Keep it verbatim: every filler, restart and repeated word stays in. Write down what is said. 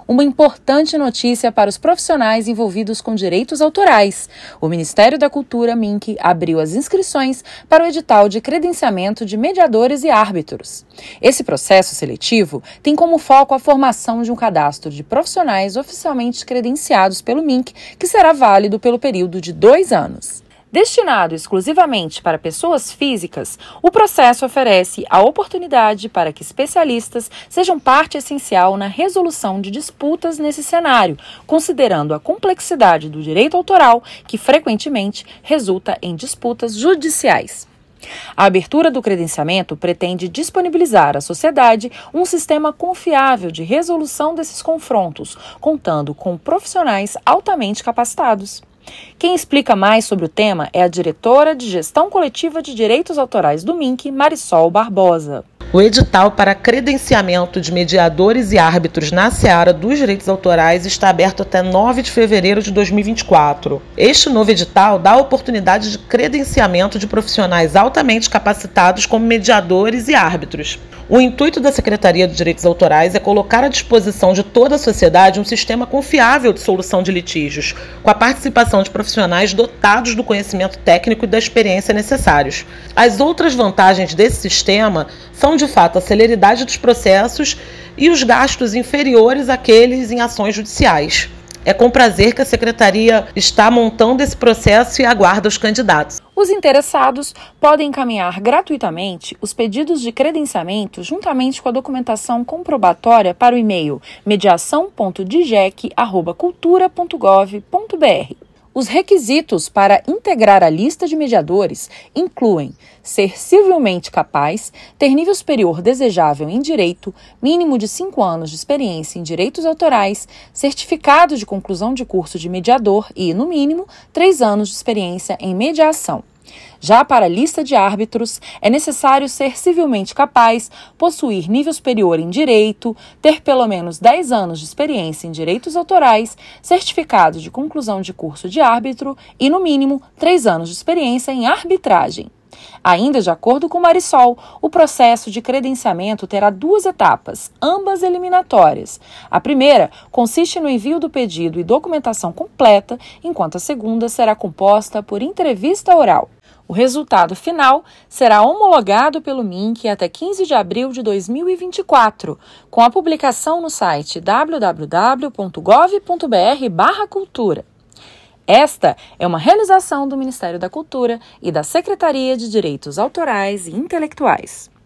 uma importante notícia para os profissionais envolvidos com direitos autorais. O Ministério da Cultura, MINC, abriu as inscrições para o edital de credenciamento de mediadores e árbitros. Esse processo seletivo tem como foco a formação de um cadastro de profissionais oficialmente credenciados pelo MINC, que será válido pelo período de dois anos. Destinado exclusivamente para pessoas físicas, o processo oferece a oportunidade para que especialistas sejam parte essencial na resolução de disputas nesse cenário, considerando a complexidade do direito autoral, que frequentemente resulta em disputas judiciais. A abertura do credenciamento pretende disponibilizar à sociedade um sistema confiável de resolução desses confrontos, contando com profissionais altamente capacitados. Quem explica mais sobre o tema é a diretora de Gestão Coletiva de Direitos Autorais do MINC, Marisol Barbosa. O edital para credenciamento de mediadores e árbitros na seara dos direitos autorais está aberto até nove de fevereiro de dois mil e vinte e quatro. Este novo edital dá a oportunidade de credenciamento de profissionais altamente capacitados como mediadores e árbitros. O intuito da Secretaria de Direitos Autorais é colocar à disposição de toda a sociedade um sistema confiável de solução de litígios, com a participação de profissionais dotados do conhecimento técnico e da experiência necessários. As outras vantagens desse sistema são, de fato, a celeridade dos processos e os gastos inferiores àqueles em ações judiciais. É com prazer que a Secretaria está montando esse processo e aguarda os candidatos. Os interessados podem encaminhar gratuitamente os pedidos de credenciamento juntamente com a documentação comprobatória para o e-mail mediação ponto digec arroba cultura ponto gov ponto br. Os requisitos para integrar a lista de mediadores incluem ser civilmente capaz, ter nível superior desejável em direito, mínimo de cinco anos de experiência em direitos autorais, certificado de conclusão de curso de mediador e, no mínimo, três anos de experiência em mediação. Já para a lista de árbitros, é necessário ser civilmente capaz, possuir nível superior em direito, ter pelo menos dez anos de experiência em direitos autorais, certificado de conclusão de curso de árbitro e, no mínimo, três anos de experiência em arbitragem. Ainda de acordo com Marisol, o processo de credenciamento terá duas etapas, ambas eliminatórias. A primeira consiste no envio do pedido e documentação completa, enquanto a segunda será composta por entrevista oral. O resultado final será homologado pelo MINC até quinze de abril de dois mil e vinte e quatro, com a publicação no site w w w ponto gov ponto br barra cultura. Esta é uma realização do Ministério da Cultura e da Secretaria de Direitos Autorais e Intelectuais.